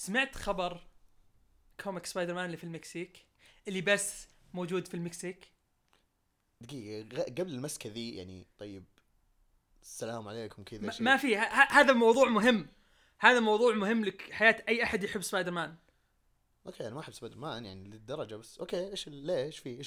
سمعت خبر كوميك سبايدر مان اللي في المكسيك اللي بس موجود في المكسيك. دقيقة قبل المسكة ذي يعني طيب السلام عليكم كذا شيء ما في هذا موضوع مهم. هذا موضوع مهم لك حياة أي أحد يحب سبايدر مان. اوكي انا ما احب سبايدر مان يعني للدرجة بس اوكي ايش ليه ايش في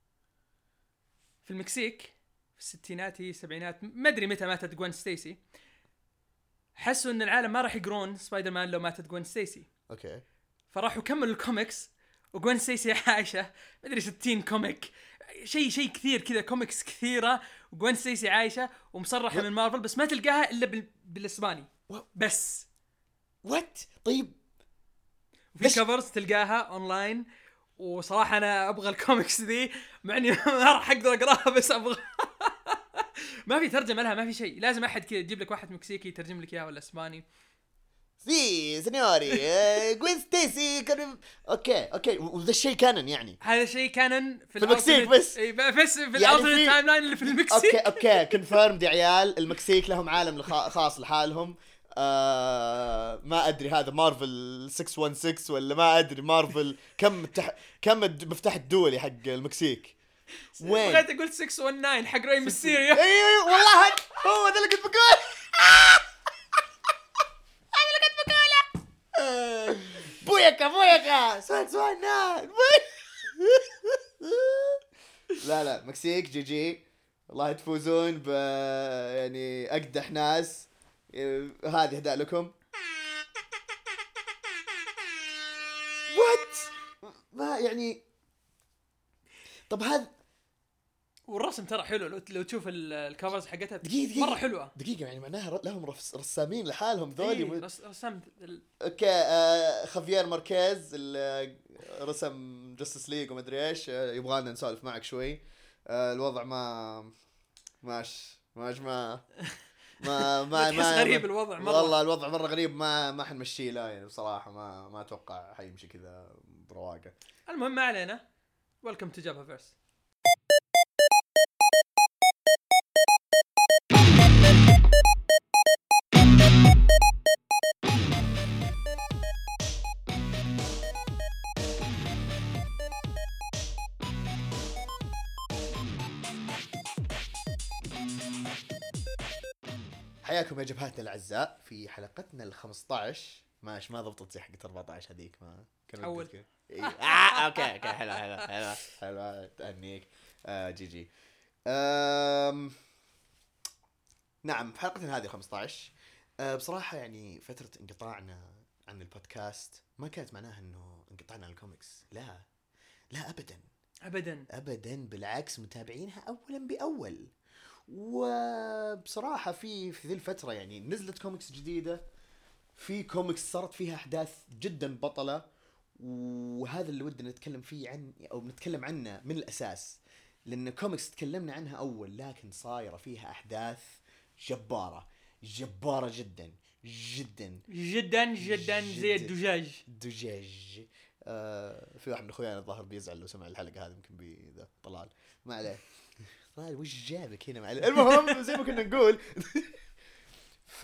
في المكسيك في الستينات السبعينات ما أدري متى ماتت جوين ستيسي. حسوا إن العالم ما راح يقرون سبايدر مان لو ماتت جوين ستيسي. اوكي فراحوا كملوا الكوميكس وجوين ستيسي عايشة. ما أدري 60 كوميك شيء كثير كذا كوميكس كثيرة وجوين ستيسي عايشة ومصرحة من مارفل بس ما تلقاها إلا بالإسباني بس. وات طيب في كفرز تلقاها اونلاين وصراحه انا ابغى الكوميكس ذي مع اني ما راح اقدر اقراها بس ابغى. ما في ترجمه لها ما في شيء لازم احد كذا يجيب لك واحد مكسيكي يترجم لك اياه ولا اسباني. سي سينيوري جوين ستيسي كان اوكي وذا الشيء كانن يعني هذا شيء كانن في المكسيك بس بس في يعني الالتيميت تايم لاين اللي في المكسيك. اوكي كونفيرمد يا عيال المكسيك لهم عالم خاص لحالهم. ما ادري هذا مارفل 616 ولا ما ادري مارفل كم مفتاح الدولي حق المكسيك وين بغيت اقول 619 حق راي ميستيريو. ايوه والله هو ذا اللي كنت بقول. هذا اللي كنت بقوله. بويكا سوان لا مكسيك جي والله تفوزون ب يعني اقدح ناس. هذه هداء لكم. وات ما يعني طب هذا والرسم ترى حلو لو تشوف الكفرز حقتها دقيقة مره حلوه. دقيقة يعني معناها لهم رسامين لحالهم ذولي. إيه رسمت اوكي خافير ماركيز اللي رسم جاستس ليج وما ادري ايش. يبغالنا نسولف معك شوي. الوضع ماش ما تحس غريب الوضع مرة. والله الوضع مرة غريب ما حنمشي له يعني بصراحة ما اتوقع حيمشي كذا برواقة. المهم ما علينا. ويلكم تو جابا فيرس. حياكم يا جبهاتنا الاعزاء في حلقتنا ال15. ما ضبطت زي حقت 14 هذيك ما كان اول اوكي حلو تهنيك جي نعم في حلقتنا هذه 15. بصراحة يعني فترة انقطاعنا عن البودكاست ما كانت معناها انه انقطعنا عن الكوميكس. لا ابدا بالعكس متابعينها اولا باول. وبصراحة في ذي الفترة يعني نزلت كوميكس جديدة. في كوميكس صارت فيها أحداث جدا بطلة. وهذا اللي ودنا نتكلم فيه أو نتكلم عنه من الأساس. لأن كوميكس تكلمنا عنها أول لكن صايرة فيها أحداث جبارة جدا زي الدجاج. في واحد من أخويانا الظاهر بيزعل لو سمع الحلقة هذه ممكن بذا طلال ما عليه. وش جابك هنا معلم. المهم زي ما كنا نقول ف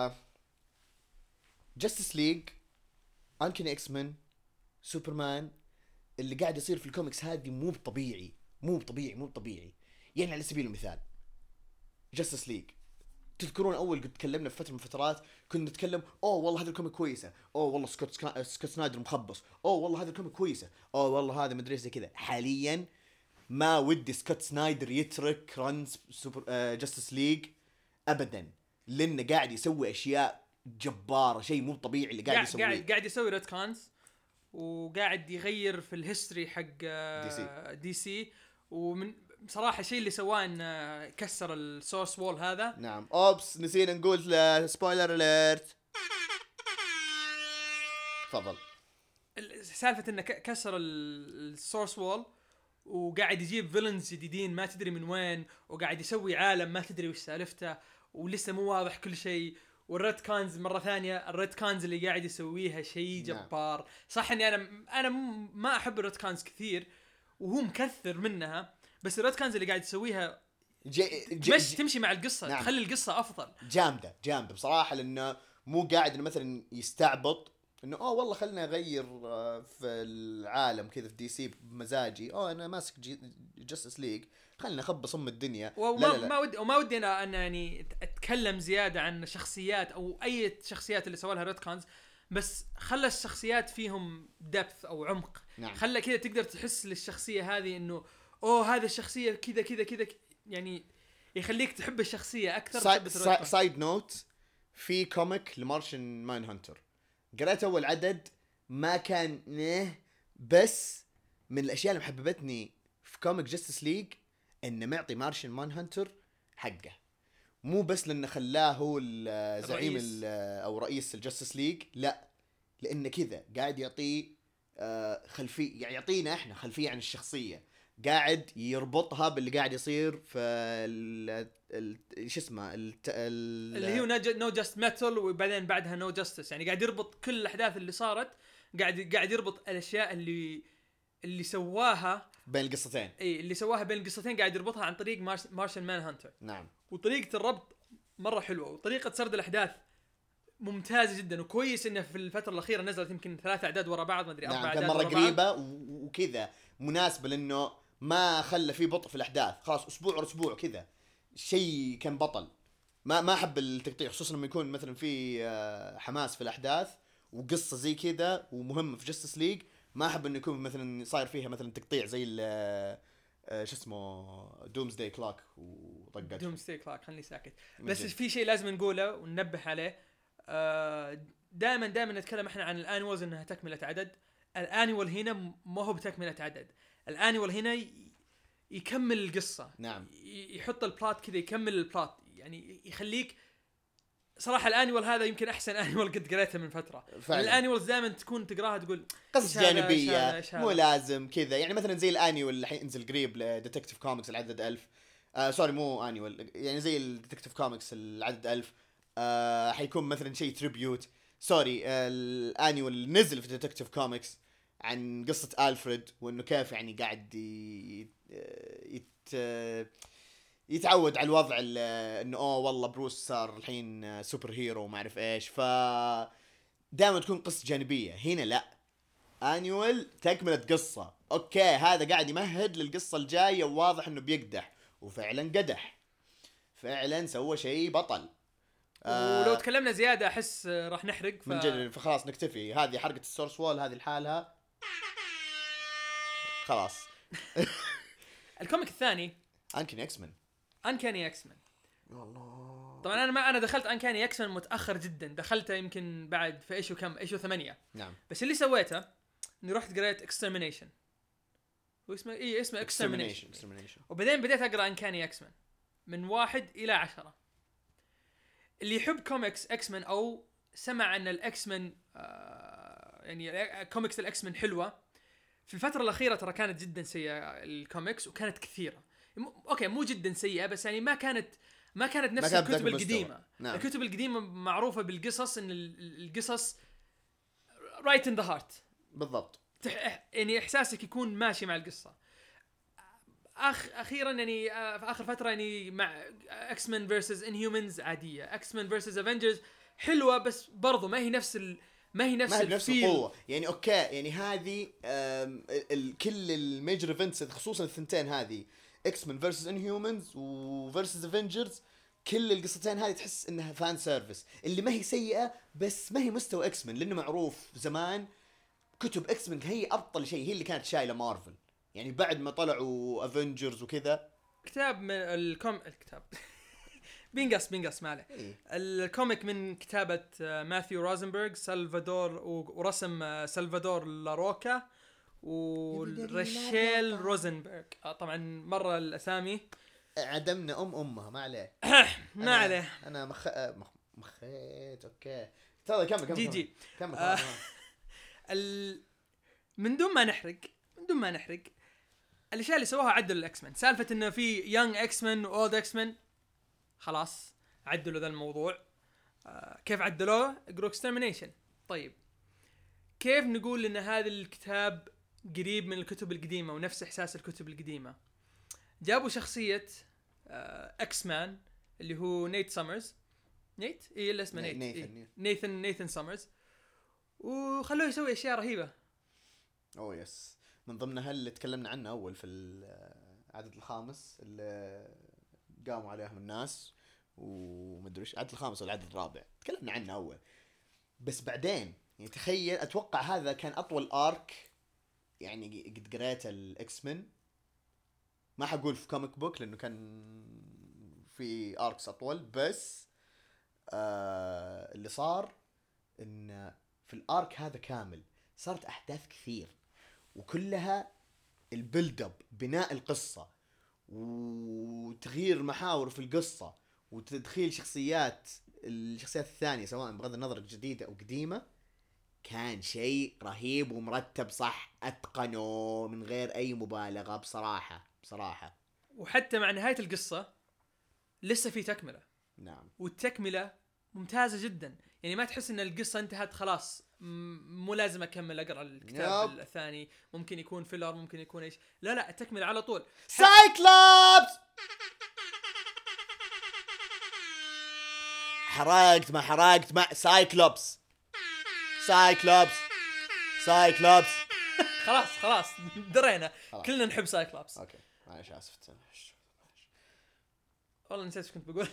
جاستس ليج أنكني إكس-مان سوبرمان اللي قاعد يصير في الكوميكس هذه مو طبيعي. يعني على سبيل المثال جاستس ليج تذكرون اول قد تكلمنا في فتره من فترات كنا نتكلم والله هذا الكوميك كويسه والله سكوت سنايدر مخبص والله هذا الكوميك كويسه والله هذا مدري زي كذا. حاليا ما ودي سكوت سنايدر يترك رنز سوبر جاستس ليج ابدا لانه قاعد يسوي اشياء جباره. شيء مو طبيعي اللي قاعد يسويه. قاعد يسوي ريتكونز وقاعد يغير في الهيستوري حق دي سي. ومن بصراحه شيء اللي سواه انه كسر السورس وول هذا. نعم اوبس نسينا نقول سبويلر اليرت. تفضل. سالفه انه كسر السورس وول وقاعد يجيب فيلنز جديدين ما تدري من وين وقاعد يسوي عالم ما تدري وش سالفته ولسه مو واضح كل شيء. والريد كانز مرة ثانية الريد كانز اللي قاعد يسويها شيء جبار. صح اني انا ما احب الريد كانز كثير وهو مكثر منها بس الريد كانز اللي قاعد يسويها تمشي مع القصة. تخلي القصة افضل. جامدة بصراحة لانه مو قاعد انه مثلا يستعبط انه والله خلنا اغير في العالم كذا في دي سي بمزاجي، انا ماسك جاستس ليج، خلنا اخبص الدنيا. وما لا لا لا، ما ودي انا يعني اتكلم زياده عن شخصيات او اي شخصيات اللي سووا لها ريتكونز، بس خلى الشخصيات فيهم دبث او عمق. نعم. خلى كذا تقدر تحس للشخصيه هذه انه هذه الشخصيه كذا كذا كذا، يعني يخليك تحب الشخصيه اكثر. سايد نوت، في كوميك لمارشن مان هانتر، قرأت اول عدد، ما كان بس من الاشياء اللي محببتني في كوميك جاستس ليج انه معطي مارشن مان هانتر حقه، مو بس لانه خلاه هو الزعيم او رئيس الجاستس ليج، لا، لانه كذا قاعد يعطيه خلفيه، يعني يعطينا احنا خلفيه عن الشخصيه، قاعد يربطها باللي قاعد يصير في شو اسمه اللي هو نو جاست ميتال، وبعدين بعدها نو جاستس، يعني قاعد يربط كل الاحداث اللي صارت، قاعد يربط الاشياء اللي سواها بين القصتين. اللي سواها بين القصتين، قاعد يربطها عن طريق مارشن مان هانتر. نعم. وطريقه الربط مره حلوه، وطريقه سرد الاحداث ممتازه جدا، وكويس انه في الفتره الاخيره نزلت يمكن 3 اعداد ورا بعض، ما ادري 4 اعداد نعم، ورا كان بعض. مره قريبه وكذا مناسبه، لانه ما خلى فيه بطء في الاحداث، خلاص اسبوع ورا اسبوع كذا، شيء كان بطل. ما احب التقطيع، خصوصا لما يكون مثلا في حماس في الاحداث وقصه زي كذا ومهمه في جاستس ليج، ما احب انه يكون مثلا صاير فيها مثلا تقطيع زي شو اسمه دومز داي كلاك وطقت دومز داي كلاك. خلني ساكت. بس في شيء لازم نقوله وننبه عليه، دائما نتكلم احنا عن الانيوالز انها تكمله عدد. الانيوال هنا ما هو بتكمله عدد، الانيوال هنا يكمل القصه. نعم. يحط البلات كذا، يكمل البلات، يعني يخليك صراحه الانيوال هذا يمكن احسن انيوال قد قريته من فتره. الانيوالز دائما تكون تقراها تقول قصص جانبيه، مو لازم كذا، يعني مثلا زي الانيوال اللي حينزل قريب لديتكتيف كوميكس العدد 1000، سوري مو انيوال، يعني زي الديتكتيف كوميكس العدد 1000، حيكون مثلا شيء تريبيوت، سوري الانيوال اللي نزل في ديتكتيف كوميكس عن قصة ألفريد، وانه كيف يعني قاعد يتعود على الوضع، انه والله بروس صار الحين سوبر هيرو وما اعرف ايش، ف دائما تكون قصة جانبية. هنا لا، انيوال تكملة قصة، اوكي هذا قاعد يمهد للقصة الجاية وواضح انه بيقدح، وفعلا قدح، فعلا سوى شيء بطل. ولو تكلمنا زيادة احس راح نحرق، من جد، فخلاص نكتفي، هذه حرقة السورس وول هذه لحالها خلاص. الكوميك الثاني انكاني اكسمن. انكاني اكسمن والله طبعا انا دخلت انكاني اكسمن متاخر جدا، دخلته يمكن بعد في ايشو 8. نعم. بس اللي سويته اني رحت قريت اكسترمينيشن، اسمه اكسترمينيشن، وبعدين بديت اقرا انكاني اكسمن من 1 إلى 10. اللي يحب كوميكس اكسمن او سمع ان الاكسمن يعني كوميكس الاكسمن حلوه، في الفتره الاخيره ترى كانت جدا سيئه الكوميكس، وكانت كثيره. اوكي مو جدا سيئه، بس يعني ما كانت نفس الكتب القديمه. نعم. الكتب القديمه معروفه بالقصص، ان القصص رايت ان ذا هارت بالضبط، يعني احساسك يكون ماشي مع القصه. اخيرا يعني في اخر فتره يعني مع اكس مان فيرسز انهيومنز عاديه، اكس مان فيرسز افنجرز حلوه، بس برضو ما هي نفس القوه. يعني اوكي، يعني هذه كل الميجر ايفنتس خصوصا الثنتين هذه، اكس مان فيرسز انهيومنز وفيرسز افنجرز، كل القصتين هذه تحس انها فان سيرفيس، اللي ما هي سيئه بس ما هي مستوى اكس مان، لانه معروف زمان كتب اكس مان هي ابطل شيء، هي اللي كانت شايله مارفل، يعني بعد ما طلعوا افنجرز وكذا. كتاب من الكتاب بينقص ما عليه. الكوميك من كتابة ماثيو روزنبرغ، سلفادور ورسم سلفادور لاروكا وريشيل روزنبرغ. طبعا مرة الأسامي عدمنا امها ما عليه. ما عليه. انا مخيت اوكي. تفضل كمل كمل. من دون ما نحرق الاشياء اللي سووها، عدلوا الاكس مان. سالفه انه في يونج اكس مان واولد اكس مان، خلاص عدلوا ذا الموضوع. كيف عدلوه؟ اقروا اكسترمينيشن. طيب كيف نقول ان هذا الكتاب قريب من الكتب القديمه ونفس احساس الكتب القديمه؟ جابوا شخصيه اكس مان اللي هو نيت سامرز. نيت اللي اسمه نيثن سامرز، وخلوه يسوي اشياء رهيبه. اوه يس، من ضمنها اللي تكلمنا عنه اول في العدد الخامس اللي قاموا عليهم الناس ومدري ايش، العدد الخامس ولا العدد الرابع تكلمنا عنه اول. بس بعدين يعني تخيل، اتوقع هذا كان اطول ارك يعني قد قريت الاكس من، ما حقول في كوميك بوك لانه كان في اركس اطول، بس اللي صار ان في الارك هذا كامل صارت احداث كثير وكلها البيلد اب، بناء القصة وتغيير محاور في القصة وتدخيل الشخصيات الثانية سواء بغض النظر جديدة او قديمة، كان شيء رهيب ومرتب صح، اتقنه من غير اي مبالغة بصراحة. وحتى مع نهايه القصه لسه في تكمله. نعم. والتكمله ممتازه جدا، يعني ما تحس ان القصه انتهت خلاص، مو لازم اكمل اقرا الكتاب الثاني، ممكن يكون فيلر، ممكن يكون ايش. لا التكمله على طول. سايكلوبس حرقت ما سايكلوبس خلاص درينا كلنا نحب سايكلوبس. اوكي معلش اسف والله نسيت ايش كنت بقول.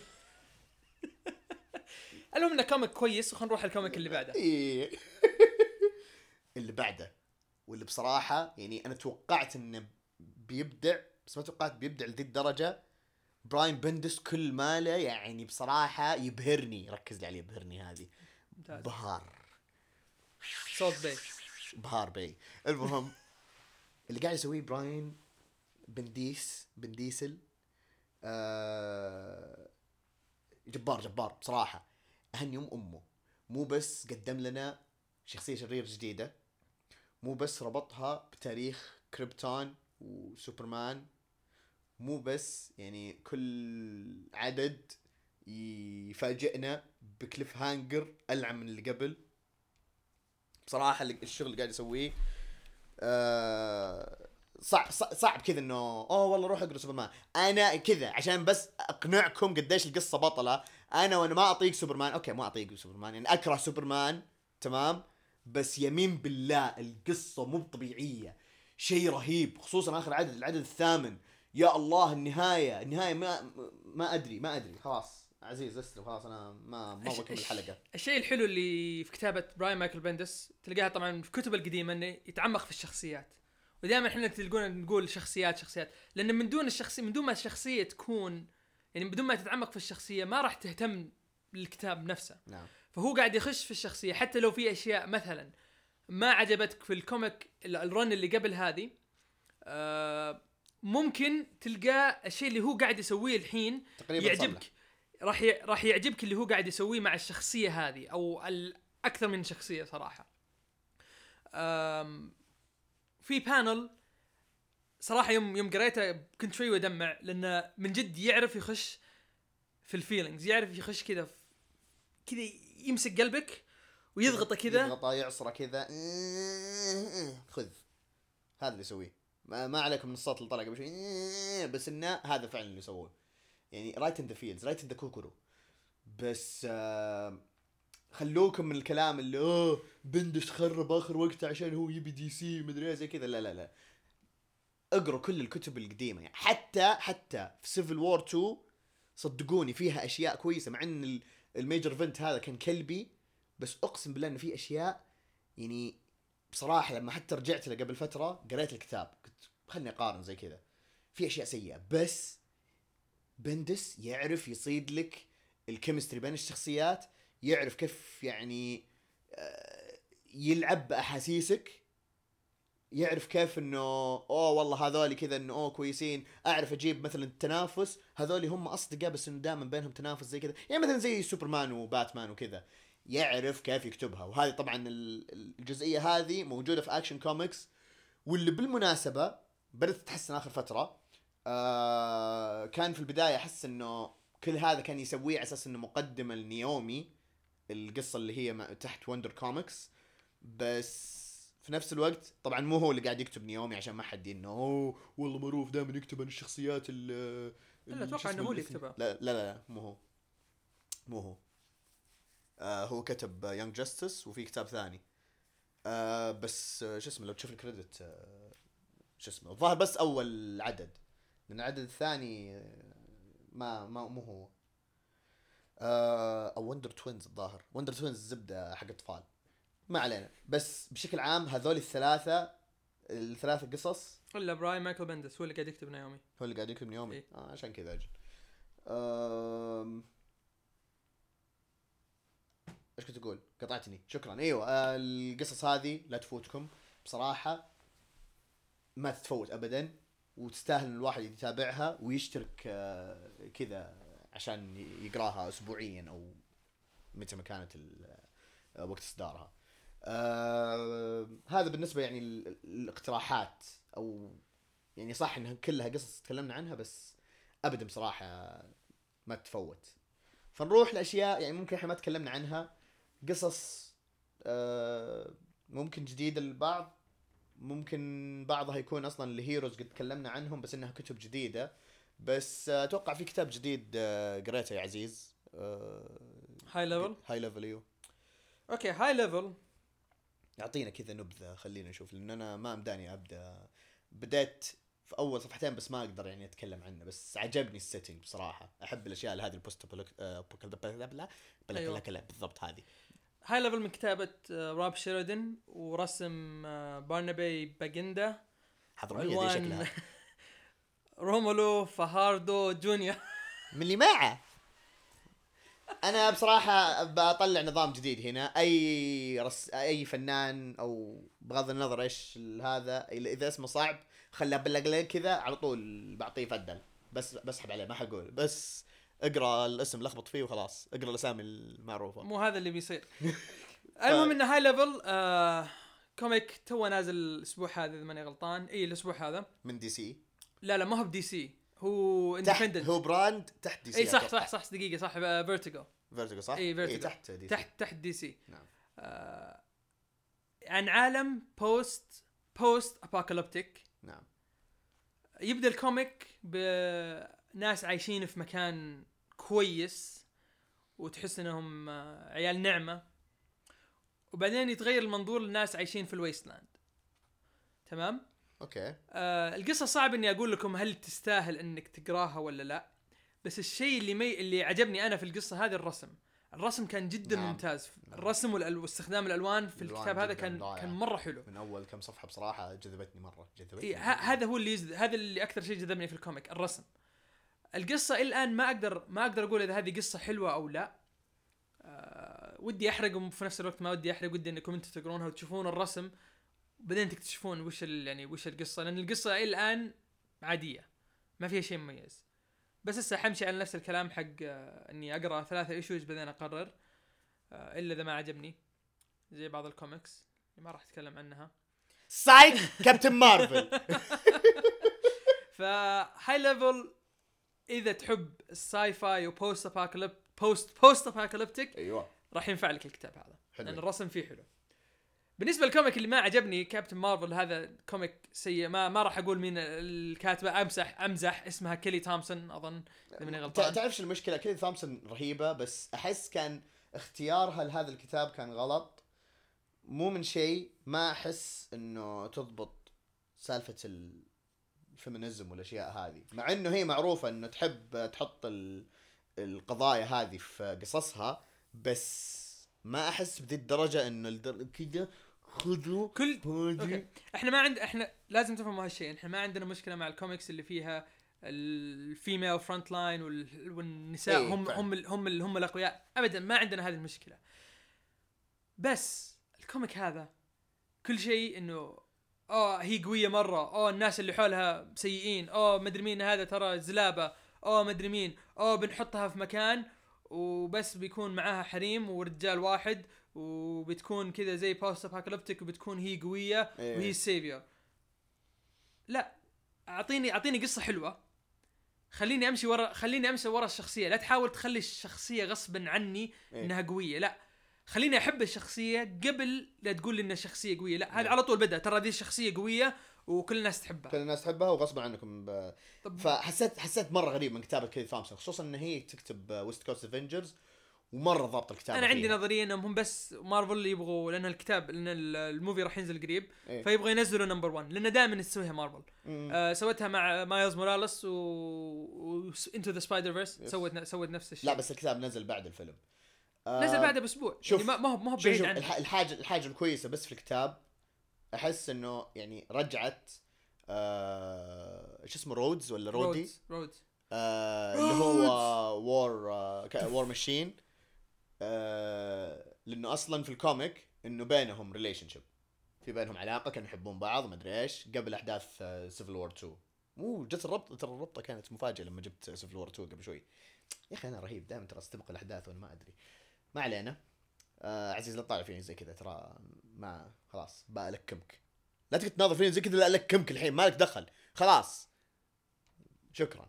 المهم انه كوميك كويس، وخلينا نروح الكوميك اللي بعده. اللي بعده واللي بصراحة يعني انا توقعت انه بيبدع، بس ما توقعت بيبدع لذي الدرجة. براين بندس كل ماله يعني بصراحة يبهرني، ركز لي عليه، يبهرني هذه ممتاز. بهار بي. المهم اللي قاعد يسويه براين بنديسل جبار بصراحة. أهني أمه، مو بس قدم لنا شخصية شرير جديدة، مو بس ربطها بتاريخ كريبتون وسوبرمان، مو بس يعني كل عدد يفاجئنا بكليف هانجر ألعن من اللي قبل. بصراحة الشغل اللي قاعد يسويه صعب كذا انه والله روح اقرا سوبرمان. انا كذا عشان بس اقنعكم قديش القصة بطلة. وانا ما اطيق سوبرمان، اوكي ما اطيق سوبرمان يعني اكره سوبرمان تمام، بس يمين بالله القصة مو طبيعية، شيء رهيب، خصوصا اخر عدد، العدد الثامن. يا الله النهاية ما ادري خلاص عزيز اسلم خلاص، انا ما بكمل الحلقة. الشيء الحلو اللي في كتابة براين مايكل بندس تلقاها طبعا في كتب القديمة، انه يتعمق في الشخصيات. ودائما احنا تلقونا نقول شخصيات، لان من دون ما الشخصية تكون يعني بدون ما تتعمق في الشخصية ما راح تهتم بالكتاب نفسه. نعم. فهو قاعد يخش في الشخصية، حتى لو في اشياء مثلا ما عجبتك في الكوميك الرن اللي قبل هذه، ممكن تلقى الشيء اللي هو قاعد يسويه الحين يعجبك. راح يعجبك اللي هو قاعد يسويه مع الشخصية هذه او اكثر من شخصية صراحة. في بانل صراحة يوم قريته كنت شوي ودمع، لأنه من جد يعرف يخش في الفيلينجز، يعرف يخش كذا يمسك قلبك ويضغطه كذا، يضغطه يعصره كذا. خذ هذا اللي يسويه، ما عليكم من الصوت اللي طلع قبل شوي، بس انه هذا فعلا اللي يسووه، يعني رايت ان ذا فيلدز، رايت ان ذا كوكورو. بس خلوكم من الكلام اللي بندس خرب اخر وقت عشان هو يبي دي سي مدري زي كذا. لا اقروا كل الكتب القديمه، يعني حتى في سيفل وور 2 صدقوني فيها اشياء كويسه، مع ان الميجر ايفنت هذا كان كلبي، بس اقسم بالله انه في اشياء يعني بصراحه لما حتى رجعت له قبل فتره قريت الكتاب كنت خلني اقارن زي كذا، في اشياء سيئه، بس بندس يعرف يصيد لك الكيمستري بين الشخصيات، يعرف كيف يعني يلعب باحاسيسك، يعرف كيف انه والله هذول كذا انه كويسين، اعرف اجيب مثلا التنافس، هذول هم اصدقاء بس انه دائما بينهم تنافس زي كذا، يعني مثلا زي سوبرمان وباتمان وكذا، يعرف كيف يكتبها. وهذه طبعا الجزئيه هذه موجوده في اكشن كوميكس، واللي بالمناسبه بدات تتحسن اخر فتره. كان في البدايه احس انه كل هذا كان يسويه على اساس انه مقدمه لنيومي، القصه اللي هي تحت وندر كوميكس، بس في نفس الوقت طبعا مو هو اللي قاعد يكتب نيومي، عشان ما حد انه والله معروف دائما يكتب عن الشخصيات لا اتوقع انه هو اللي يكتبها. لا مو هو هو كتب يونج جاستس وفي كتاب ثاني بس شو اسمه لو تشوف الكريدت شو اسمه الظاهر بس اول عدد، لان العدد الثاني ما مو هو. او وندر توينز، الظاهر وندر توينز زبده حق اطفال، ما علينا. بس بشكل عام هذول الثلاثه قصص. ولا براين مايكل بندس هو اللي قاعد يكتب نايومي. هو اللي قاعد يكتب نيومي. إيه. عشان كذا اجل. ايش كنت اقول؟ قطعتني. شكرا. ايوه القصص هذه لا تفوتكم بصراحه، ما تتفوت ابدا، وتستاهل ان الواحد يتابعها ويشترك كذا عشان يقراها اسبوعيا او متى ما كانت وقت اصدارها. هذا بالنسبه يعني الاقتراحات، او يعني صح انها كلها قصص تكلمنا عنها، بس ابدا بصراحه ما تتفوت. فنروح لاشياء يعني ممكن احنا ما تكلمنا عنها، قصص ممكن جديده للبعض، ممكن بعضها يكون اصلا الهيروز قد تكلمنا عنهم بس انها كتب جديده. بس اتوقع في كتاب جديد قريته يا عزيز، هاي ليفل. هاي ليفل. ايوه اوكي هاي ليفل يعطينا كذا نبذه، خلينا نشوف، لان انا ما امداني ابدا. بدأت في اول صفحتين بس ما اقدر يعني اتكلم عنه، بس عجبني السيتنج بصراحه. احب الاشياء هذه البوست أيوة. بالضبط هذه. هاي ليفل من كتابة روب شيرودن ورسم بارنابي باجندا، حضرمية دي شكلها رومولو فاهاردو جونيور. من اللي معه. انا بصراحه بطلع نظام جديد هنا، اي فنان او بغض النظر ايش هذا، اذا اسمه صعب خليه بلقلق كذا على طول بعطيه فدل، بس بسحب عليه ما حقول، بس اقرا الاسم لخبط فيه وخلاص، اقرا الاسامي المعروفه. مو هذا اللي بيصير. المهم ان هاي ليفل كوميك تو نازل الاسبوع هذا اذا ماني غلطان. اي الاسبوع هذا من دي سي. لا ما هو بدي سي، هو اندبندنت. هو براند تحت دي سي. اي صح دقيقه صح فيرتيجو. فيرتيجو صح. اي فيرتيجو تحت دي سي. تحت دي سي. نعم. عن عالم بوست ابوكاليبتيك. نعم. يبدا الكوميك بناس عايشين في مكان كويس وتحس انهم عيال نعمه، وبعدين يتغير المنظور للناس عايشين في الويستلاند. تمام. اوكي. القصه صعب اني اقول لكم هل تستاهل انك تقراها ولا لا، بس الشيء اللي عجبني انا في القصه هذه الرسم كان جدا نعم. ممتاز. الرسم واستخدام الالوان في الكتاب هذا كان مره حلو. من اول كم صفحه بصراحه جذبتني مره. هذا هو هذا اللي اكثر شيء جذبني في الكوميك، الرسم. القصه الى الان ما اقدر اقول اذا هذه قصه حلوه او لا. ودي احرق وفي نفس الوقت ما ودي احرق، ودي انكم انتم تقرونها وتشوفون الرسم بعدين تكتشفون وش القصه، لان القصه الى الان عاديه ما فيها شيء مميز. بس هسه حمشي على نفس الكلام حق اني اقرا 3 ايشوز بعدين اقرر، الا اذا ما عجبني زي بعض الكوميكس اللي ما راح اتكلم عنها. سايك كابتن مارفل. فهاي ليفل اذا تحب الساي فاي وبوست ابوكاليبتيك ايوه راح ينفع لك الكتاب هذا حلو. لان الرسم فيه حلو. بالنسبه للكوميك اللي ما عجبني كابتن مارفل، هذا كوميك سيء. ما راح اقول مين الكاتبه، امزح اسمها كيلي تومسون اظن اذا ماني غلطان. تعرفش المشكله كيلي تومسون رهيبه، بس احس كان اختيارها لهذا الكتاب كان غلط. مو من شيء، ما احس انه تضبط سالفه الفيمينيزم والاشياء هذه، مع انه هي معروفه انه تحب تحط القضايا هذه في قصصها، بس ما احس بذي الدرجه انه كذا خذوا كل اوكي. احنا لازم تفهموا هالشيء. احنا ما عندنا مشكله مع الكوميكس اللي فيها الفيميل فرونت لاين والنساء إيه هم الاقوياء، ابدا ما عندنا هذه المشكله. بس الكوميك هذا كل شيء انه هي قويه مره، الناس اللي حولها سيئين، مدري مين هذا ترى زلابه، مدري مين، بنحطها في مكان وبس بيكون معاها حريم ورجال واحد وبتكون كذا زي بوست ابوكاليبتيك وبتكون هي قويه وهي السيفير. لا، اعطيني قصه حلوه، خليني امشي ورا الشخصيه. لا تحاول تخلي الشخصيه غصبا عني انها قويه، لا خليني احب الشخصيه قبل لا تقول لي ان الشخصيه قويه. لا هذا على طول بدا ترى دي الشخصيه قويه وكل الناس تحبها وغصبا عنكم فحسيت مره غريب من كتابه كيلي تومسون، خصوصا ان هي تكتب ويست كوست افنجرز ومره ضابط الكتاب. انا عندي نظريه انهم هم بس مارفل اللي يبغوا، لان الكتاب لان الموفي راح ينزل قريب إيه. فيبغى ينزلوا نمبر 1 لان دائما تسويها مارفل. سوتها مع مايلز موراليس انتو ذا سبايدر فيرس، سوت نفس الشيء. لا بس الكتاب نزل بعد الفيلم. نزل بعده باسبوع شوف يعني ما هو بعيد عنه. الحاجه الكويسه بس في الكتاب احس انه يعني رجعت ايش اسمه رودز ولا رودي رودز. اللي هو وور ماشين. لانه اصلا في الكوميك انه بينهم ريليشن شيب، في بينهم علاقه، كانوا يحبون بعض ما ادري ايش قبل احداث سيفل وور 2. جت الربطه كانت مفاجاه لما جبت سيفل وور 2 قبل شوي. يا اخي انا رهيب دائما ترى استبق الاحداث وانا ما ادري. ما علينا. عزيز لا تطالع فيني زي كذا ترى، ما خلاص بألكمك، لا تقعد تناظر فيني زي كذا، لا ألكمك الحين مالك دخل خلاص. شكرا.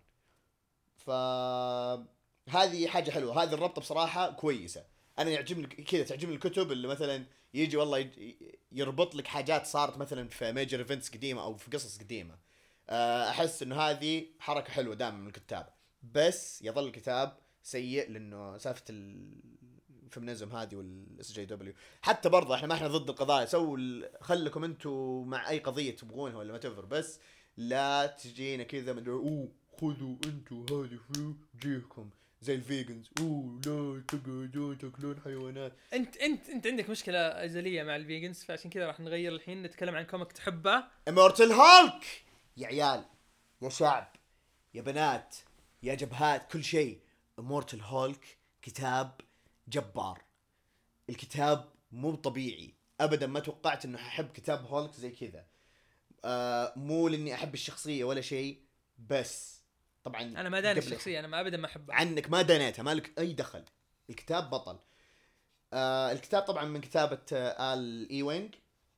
هذه حاجة حلوة، هذه الربطة بصراحة كويسة. أنا يعجبني كذا، تعجبني الكتب اللي مثلا يجي والله يربط لك حاجات صارت مثلا في ميجر ايفنتس قديمة أو في قصص قديمة. أحس إنه هذه حركة حلوة دائما من الكتاب، بس يظل الكتاب سيء لأنه سالفة الفيمينيزم هذه والاس جي دبليو. حتى برضه احنا ضد القضايا، خلكم انتم مع اي قضيه تبغونها ولا ما تفر، بس لا تجينا كذا مدري خذوا انتم هذه في جيكم زي الفيجنز، لا تقعدون تاكلون حيوانات. انت عندك مشكله ازليه مع الفيجنز، فعشان كذا راح نغير الحين نتكلم عن كوميك تحبه، امورتال هالك. يا عيال يا شعب يا بنات يا جبهات كل شيء، امورتال هالك كتاب جبار. الكتاب مو طبيعي ابدا، ما توقعت انه احب كتاب هولك زي كذا. مو لاني احب الشخصيه ولا شيء، بس طبعا انا ما داني الشخصيه، انا ما ابدا ما احبها عنك، ما دانيتها، مالك اي دخل. الكتاب بطل. الكتاب طبعا من كتابه آل إيوينغ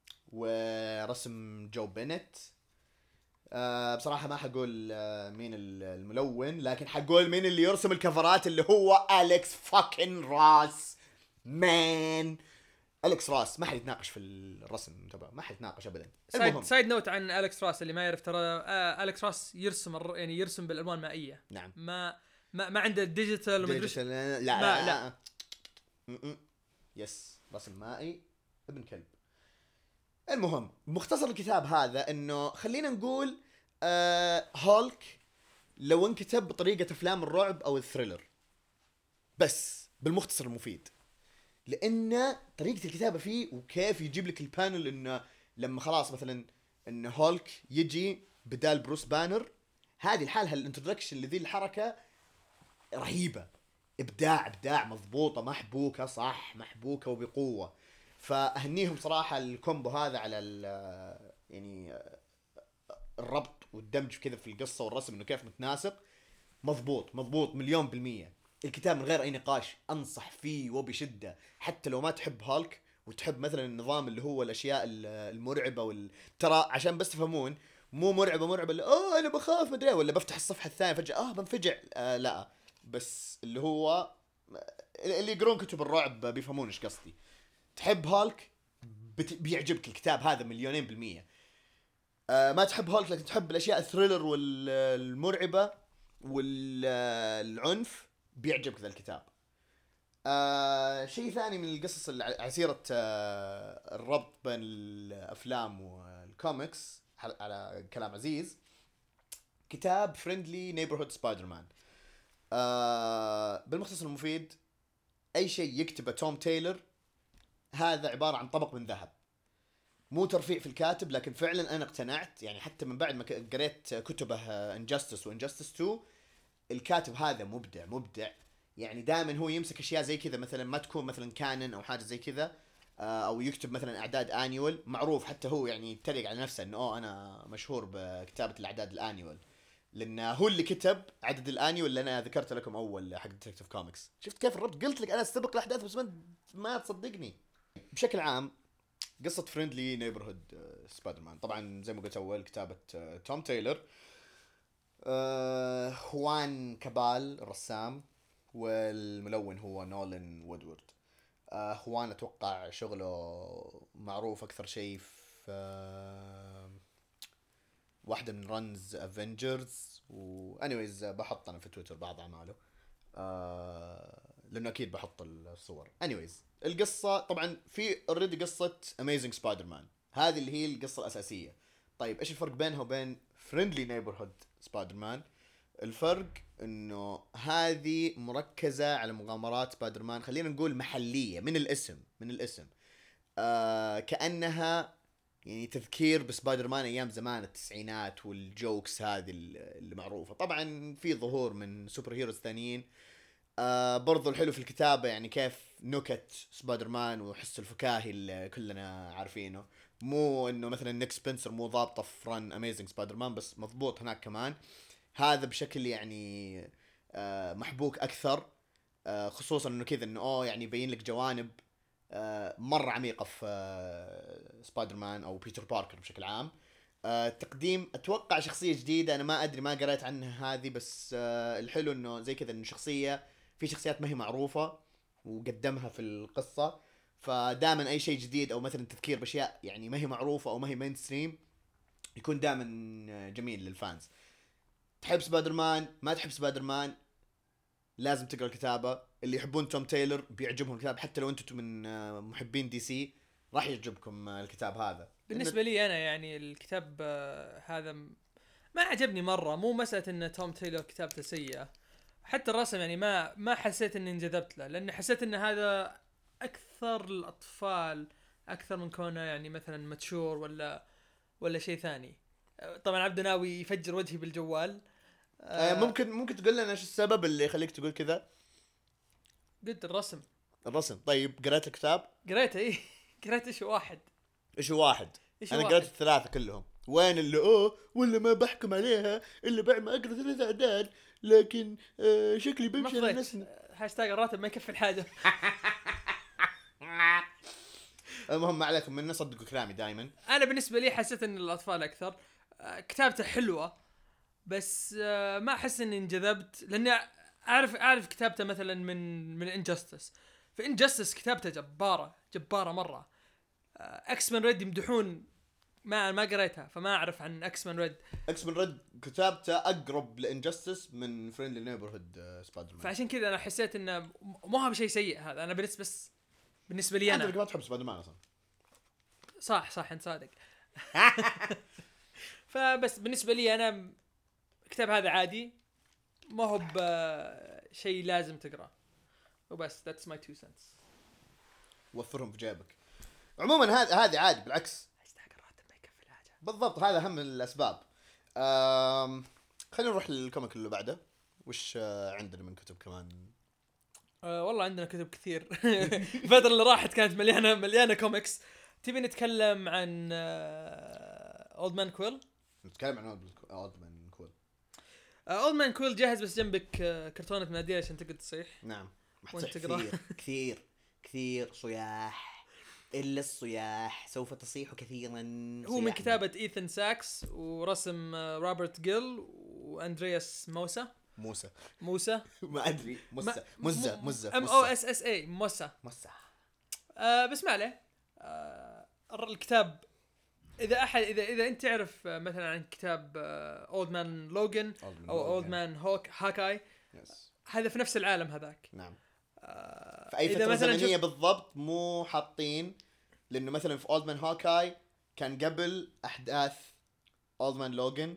ورسم جو بينت. بصراحه ما حقول مين الملون، لكن حقول مين اللي يرسم الكفرات، اللي هو أليكس فاكين راس مان. أليكس راس ما حد يتناقش في الرسم تبعه، ما حد يتناقش ابدا. سايد نوت عن أليكس راس اللي ما يعرف، ترى أليكس راس يرسم يعني يرسم بالالوان مائيه. نعم. ما عنده ديجيتال وما ادري. لا يس رسم مائي ابن كلب. المهم مختصر الكتاب هذا انه خلينا نقول هولك لو انكتب بطريقه افلام الرعب او الثريلر، بس بالمختصر المفيد، لان طريقه الكتابه فيه وكيف يجيب لك البانل، انه لما خلاص مثلا ان هولك يجي بدال بروس بانر، هذه الحالة الانترودكشن لذي الحركه رهيبه، ابداع مضبوطه، محبوكه صح، محبوكه وبقوه. فاهنيهم صراحه الكومبو هذا على يعني الربط والدمج كذا في القصه والرسم، انه كيف متناسق، مضبوط مليون بالمية. الكتاب من غير اي نقاش انصح فيه وبشده، حتى لو ما تحب هالك وتحب مثلا النظام اللي هو الاشياء المرعبه ترى عشان بس تفهمون، مو مرعبه اللي انا بخاف مدري ولا بفتح الصفحه الثانيه فجاه بنفجع، لا، بس اللي هو اللي يقرون كتب الرعب بيفهمون ايش قصدي. تحب هالك بيعجبك الكتاب هذا مليونين بالمية. ما تحب هالك لكن تحب الاشياء الثريلر والمرعبه والعنف، بيعجبك ذا الكتاب. شيء ثاني من القصص عسيرة الربط بين الافلام والكوميكس على كلام عزيز، كتاب فريندلي نيبرهود سبايدر مان. بالمختصر المفيد، اي شيء يكتبه توم تايلر هذا عبارة عن طبق من ذهب. مو ترفيع في الكاتب، لكن فعلا انا اقتنعت يعني، حتى من بعد ما قريت كتبه انجستس وانجستس 2، الكاتب هذا مبدع يعني. دائما هو يمسك اشياء زي كذا مثلا ما تكون مثلا كانن او حاجه زي كذا، او يكتب مثلا اعداد انيول معروف، حتى هو يعني يتريق على نفسه انه انا مشهور بكتابه الاعداد الانيول، لان هو اللي كتب عدد الانيول اللي انا ذكرت لكم اول حق ديتكتيف كوميكس. شفت كيف الربط؟ قلت لك انا استبق الاحداث بس ما تصدقني. بشكل عام قصة فريندلي نيبرهود سبايدر مان طبعا زي ما قلت اول كتابة توم تايلر، خوان كابال الرسام، والملون هو نولان وودورد. خوان اتوقع شغله معروف اكثر شيء في واحدة من رنز افنجرز، وانيويز بحط انا في تويتر بعض اعماله. لانه اكيد بحط الصور. anyways القصه طبعا في اوريدي قصه اميزنج سبايدر مان، هذه اللي هي القصه الاساسيه. طيب ايش الفرق بينها وبين فريندلي نيبرهود سبايدر مان؟ الفرق انه هذه مركزه على مغامرات سبايدر مان، خلينا نقول محليه من الاسم، كانها يعني تذكير بسبايدر مان ايام زمان التسعينات والجوكس هذه اللي معروفه. طبعا في ظهور من سوبر هيروز ثانيين. برضو الحلو في الكتابه يعني كيف نكت سبايدر مان وحس الفكاهي اللي كلنا عارفينه، مو انه مثلا نيك سبنسر مو ضابطه في رن اميزنج سبايدر مان، بس مضبوط هناك كمان. هذا بشكل يعني محبوك اكثر، خصوصا انه كذا انه يعني يبين لك جوانب مرة عميقة في سبايدر مان أو بيتر باركر بشكل عام. تقديم أتوقع شخصية جديدة، أنا ما أدري ما قرأت عنها هذه، بس الحلو إنه زي كذا إنه شخصية في شخصيات ما هي معروفة وقدمها في القصة، فدائما أي شيء جديد أو مثلا تذكير بأشياء يعني ما هي معروفة أو ما هي مين ستريم يكون دائما جميل للفانز. تحب سبايدر مان ما تحب سبايدر مان لازم تقرأ الكتابة. اللي يحبون توم تايلر بيعجبهم الكتاب، حتى لو انتم من محبين دي سي راح يعجبكم الكتاب هذا. بالنسبه لي انا يعني الكتاب هذا ما عجبني مره، مو مساله ان توم تايلور كتابته سيئه، حتى الرسم يعني ما حسيت اني انجذبت له، لان حسيت ان هذا اكثر الاطفال اكثر من كونه يعني مثلا ماتشور ولا شيء ثاني. طبعا عبد ناوي يفجر وجهي بالجوال. ممكن تقول لنا ايش السبب اللي يخليك تقول كذا؟ قلت الرسم. الرسم. طيب قرأت الكتاب؟ قريته ايه قريت ايش واحد. انا قرأت الثلاثة كلهم. وين اللي ولا ما بحكم عليها الا بعد ما اقرا 3 اعداد، لكن شكلي بمشي على نفسي. هاشتاج الراتب ما يكفي الحاجه. المهم ما عليكم منه، صدقوا كلامي دائما. انا بالنسبه لي حسيت ان الاطفال اكثر. كتابته حلوه بس ما احس اني انجذبت، لاني اعرف كتابته مثلا من انجستس. في انجستس كتابته جباره مره. اكس مان ريد يمدحون، ما قريتها فما اعرف عن اكس مان ريد. اكس مان ريد كتابته اقرب لانجستس من فريندلي نيبرهود سبايدر مان، فعشان كذا انا حسيت انه ما هو بشيء سيء هذا. انا بالنسبه لي انا انت ما تحب سبايدر مان اصلا. صح انت صادق. فبس بالنسبه لي انا الكتاب هذا عادي، ما هو بشيء لازم تقراه وبس. that's my 2 cents. وفرهم في جيبك. عموما هذه عادي، بالعكس هاشتاج الراتب ما يكفي الحاجه. بالضبط، هذا اهم الاسباب. خلينا نروح للكوميك اللي بعده. وش عندنا من كتب كمان؟ والله عندنا كتب كثير. الفترة اللي راحت كانت مليانة كوميكس. تبي نتكلم عن اولد مان كويل؟ نتكلم عن اولد مان كويل. اولد مان كويل جاهز، بس جنبك كرتونة مناديل عشان تقدر تصيح. نعم وانت كثير صياح، إلا الصياح سوف تصيح كثيرا. هو من كتابة إيثن ساكس ورسم روبرت جيل واندرياس موسى ما ادري موسى موسى. بس ما عليه. الكتاب اذا انت تعرف مثلا عن كتاب اولد مان لوجن او اولد مان هاكاي، هذا في نفس العالم هذاك. نعم. في اي فترة زمنية بالضبط مو حاطين، لانه مثلا في اولد مان هاكاي كان قبل احداث اولد مان لوجن.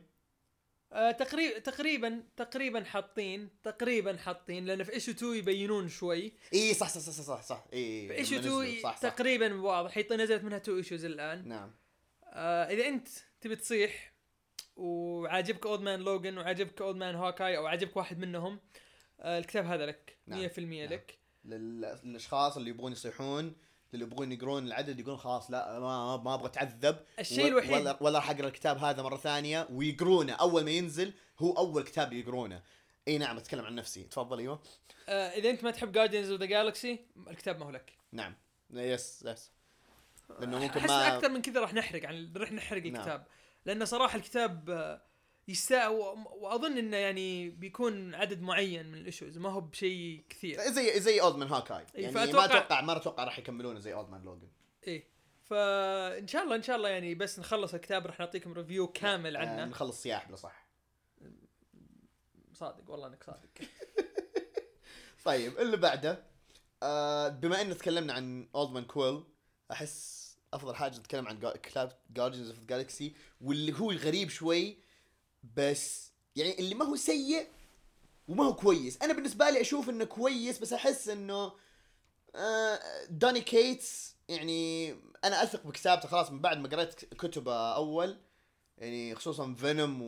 تقريبا حاطين لان في ايشو 2 يبينون شوي. اي صح اي في ايشو 2 تقريبا واضح، حيطين نزلت منها 2 ايشوز الان. نعم. اذا انت تبي تصيح وعاجبك اولد مان لوجن وعاجبك اولد مان هوكاي او عاجبك واحد منهم، الكتاب هذا لك. 100% نعم. لك. للاشخاص اللي يبغون يصيحون، اللي يبغون يقرون العدد يقولون خلاص لا ما ابغى اتعذب، الشيء الوحيد ولا راح اقرا الكتاب هذا مره ثانيه، ويقرونه اول ما ينزل، هو اول كتاب يقرونه. اي نعم، اتكلم عن نفسي، تفضل. ايوه. اذا انت ما تحب جارديانز اوف ذا جالكسي الكتاب ما هو لك. نعم. يس لانه ممكن ما اكثر من كذا راح نحرق الكتاب. نعم. لانه صراحه الكتاب يستاء، واظن انه يعني بيكون عدد معين من الايشوز، ما هو بشيء كثير زي اولد مان هاكاي. يعني ما اتوقع راح يكملونه زي اولد مان لوجن. ايه، فان شاء الله يعني بس نخلص الكتاب راح نعطيكم ريفيو كامل عنه. نخلص سياح بلا صح. صادق والله انك صادق. طيب اللي بعده بما ان تكلمنا عن اولدمان كويل، احس افضل حاجه نتكلم عن كتاب جارديانز اوف جالكسي، واللي هو غريب شوي بس يعني اللي ما هو سيء وما هو كويس. انا بالنسبه لي اشوف انه كويس، بس احس انه دوني كيتس يعني انا اثق بكتابته خلاص من بعد ما قريت كتبه اول، يعني خصوصا فينوم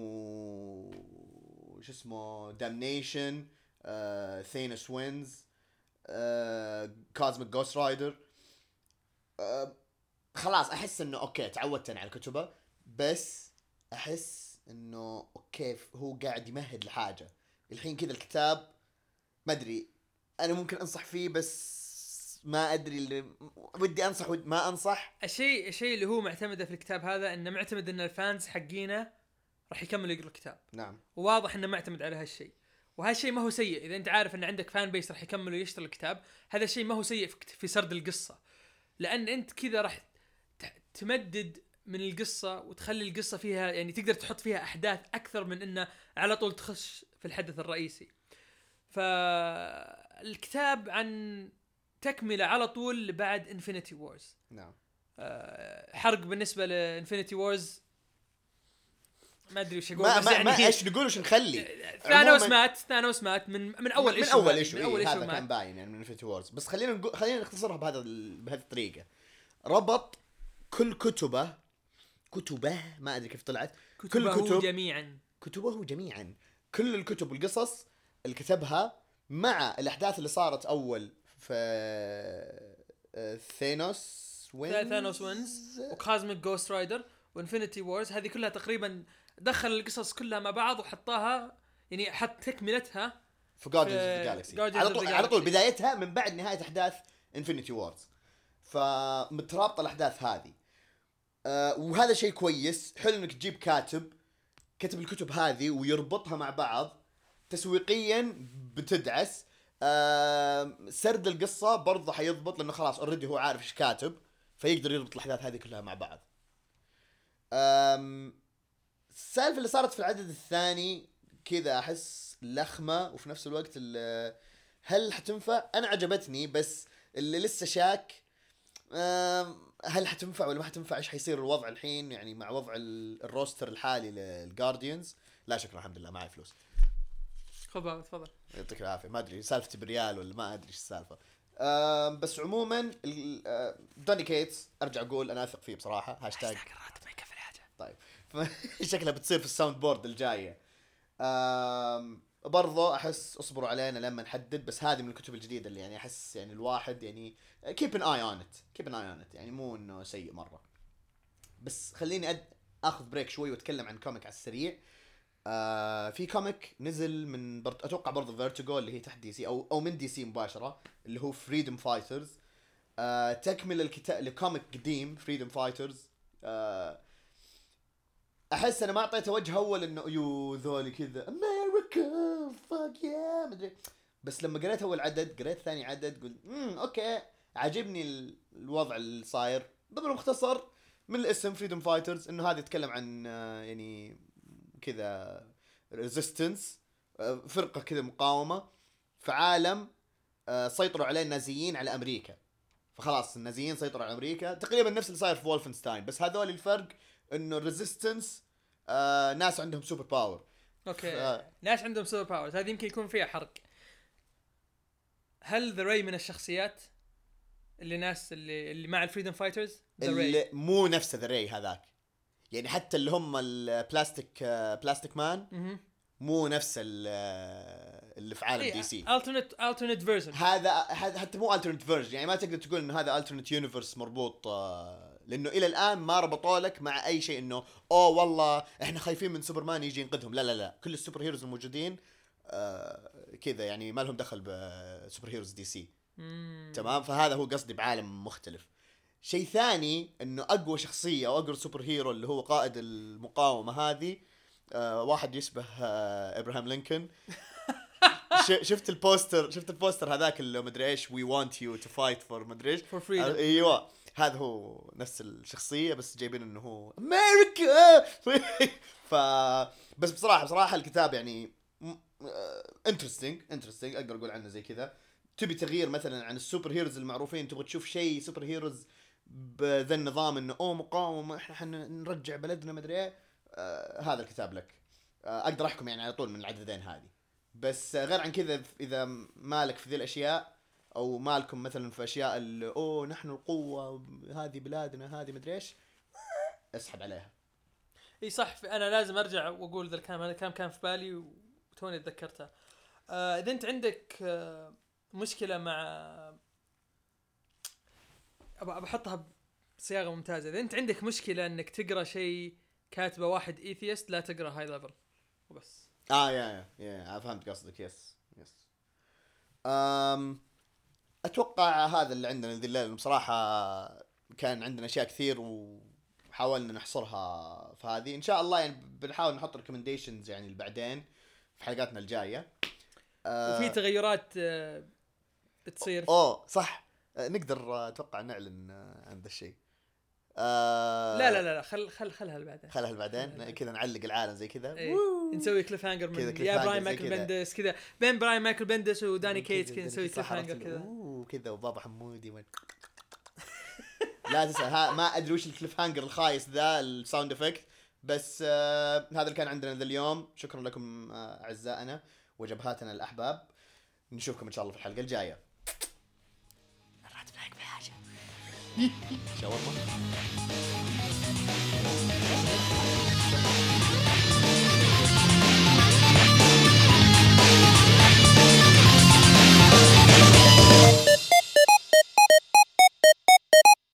وش اسمه دامنيشن، ثينوس وينز، كازميك جوست رايدر. خلاص احس انه اوكي تعودت انا على كتبه، بس احس انه اوكي هو قاعد يمهد لحاجه الحين كذا الكتاب. ما ادري انا ممكن انصح فيه بس ما ادري اللي ودي انصح ما انصح. الشيء اللي هو معتمده في الكتاب هذا انه معتمد ان الفانز حقينه راح يكملوا يقروا الكتاب. نعم. وواضح انه معتمد على هالشيء، وهالشيء ما هو سيء اذا انت عارف ان عندك فان بيس راح يكملوا يشتروا الكتاب. هذا الشيء ما هو سيء في سرد القصه، لان انت كذا راح تمدد من القصه وتخلي القصه فيها يعني تقدر تحط فيها احداث اكثر من انه على طول تخش في الحدث الرئيسي. فالكتاب عن تكمله على طول بعد انفينيتي وورز. نعم. حرق بالنسبه لانفينيتي وورز ما ادري وش اقول، ما بس ما, يعني ما ايش نقول وش نخلي. ثانوس مات من اول ايشو. من اول ايشو من أول هذا مات. كان باين يعني من انفينيتي وورز. بس خلينا نختصرها بهذه الطريقه. ربط كل كتبه ما ادري كيف طلعت كتبه جميعا كل الكتب والقصص اللي كتبها مع الاحداث اللي صارت اول في ثانوس وينز وكازميك جوست رايدر وانفينيتي وورز. هذه كلها تقريبا دخل القصص كلها مع بعض وحطاها، يعني حط تكملتها في جارديانز اوف ذا جالكسي على طول بدايتها من بعد نهايه احداث انفينيتي وورز، فمترابطه الاحداث هذه. وهذا شيء كويس. حلو انك تجيب كتب الكتب هذه ويربطها مع بعض تسويقيا بتدعس. سرد القصة برضه حيضبط لانه خلاص اوريدي هو عارف ايش كاتب، فيقدر يربط الاحداث هذه كلها مع بعض. السالفة اللي صارت في العدد الثاني كذا احس لخمة، وفي نفس الوقت هل حتنفع؟ انا عجبتني بس اللي لسه شاك هل حتنفع ولا ما حتنفع، ايش حيصير الوضع الحين يعني مع وضع الروستر الحالي للجارديانز. لا شكرا الحمد لله معي فلوس. خذها تفضل. يعطيك العافيه. ما ادري سالفتي بريال ولا ما ادري ايش السالفه. بس عموما دوني كيتس ارجع اقول انا اثق فيه بصراحه. هاشتاج الراتب ما يكفي حاجه. طيب شكلها بتصير في الساوند بورد الجايه. برضو احس اصبروا علينا لما نحدد، بس هذه من الكتب الجديده اللي يعني احس يعني الواحد يعني keep an eye on it يعني مو انه سيء مره. بس خليني اخذ بريك شوي واتكلم عن كوميك على السريع. في كوميك نزل من اتوقع برضو فيرتيجو اللي هي تحت دي سي او من دي سي مباشره، اللي هو فريدم فايترز. تكمل الكتاب لكوميك قديم فريدم فايترز. احس انا ما اعطيته وجه اول انه يو ذولي كذا امريكا فاك يا مدري، بس لما قريت اول عدد قريت ثاني عدد قلت اوكي عجبني الوضع اللي صاير. بالمختصر من الاسم فريدم فايترز انه هذا يتكلم عن يعني كذا ريزيستنس، فرقه كذا مقاومه في عالم سيطروا عليه النازيين على امريكا. فخلاص النازيين سيطروا على امريكا تقريبا نفس اللي صاير في وولفنستاين، بس هذول الفرق انه الريزيستنس ناس عندهم سوبر باور. اوكي ناس عندهم سوبر باورز، هذه يمكن يكون فيها حرق. هل ذا راي من الشخصيات اللي ناس اللي مع الفريدم فايترز؟ اللي مو نفس ذا راي هذاك، يعني حتى اللي هم البلاستيك مان مو نفس اللي في عالم دي سي. alternate version. هذا حتى مو alternate version، يعني ما تقدر تقول انه هذا alternate universe مربوط، لانه الى الان ما ربطوا لك مع اي شيء انه والله احنا خايفين من سوبرمان يجي ينقذهم. لا كل السوبر هيروز الموجودين كذا يعني ما لهم دخل بسوبر هيروز دي سي. تمام. فهذا هو قصدي بعالم مختلف. شيء ثاني انه اقوى شخصيه او اقوى سوبر هيرو اللي هو قائد المقاومه هذه واحد يشبه ابراهام لينكولن. شفت البوستر هذاك اللي مدري ايش we want you to fight for مدري ايش for freedom. ايوه هذا هو نفس الشخصيه بس جايبين انه هو امريكا. بس بصراحه الكتاب يعني interesting اقدر اقول عنه زي كذا. تبي تغيير مثلا عن السوبر هيروز المعروفين، تبغى تشوف شيء سوبر هيروز بذا النظام انه مقاومه، احنا نرجع بلدنا مدري ايه، هذا الكتاب لك. اقدر احكم يعني على طول من العددين هذه. بس غير عن كذا اذا مالك في ذي الاشياء او مالكم مثلا في اشياء نحن القوه، هذه بلادنا، هذه مدري ايش، اسحب عليها. اي صح، انا لازم ارجع واقول ذا الكلام، هذا الكلام كان في بالي وتوني اتذكرته. اذا انت عندك مشكله مع، بحطها بصياغه ممتازه، اذا انت عندك مشكله انك تقرا شيء كاتبه واحد ايثيست، لا تقرا هاي ليفل وبس. يا فهمت قصدك. يس اتوقع هذا اللي عندنا ذي الليل. بصراحه كان عندنا اشياء كثير وحاولنا نحصرها في هذه. ان شاء الله يعني بنحاول نحط ريكومنديشنز يعني بعدين في حلقاتنا الجايه. وفي تغيرات بتصير. صح، نقدر اتوقع نعلن عن ذا الشيء. لا خلها بعدين كذا نعلق العالم زي كذا. نسوي كليف هانجر من يا براين مايكل بندس كذا، بين براين مايكل بندس وداني كيتس كذا، نسوي كليف هانجر كذا وبابا حمودي لا تنسى ما ادري وش الكليف هانجر الخايس ذا الساوند افكت. بس هذا اللي كان عندنا ذا اليوم. شكرا لكم اعزائنا وجبهاتنا الاحباب. نشوفكم ان شاء الله في الحلقه الجايه. مرات بلاك بحاجه شاورما.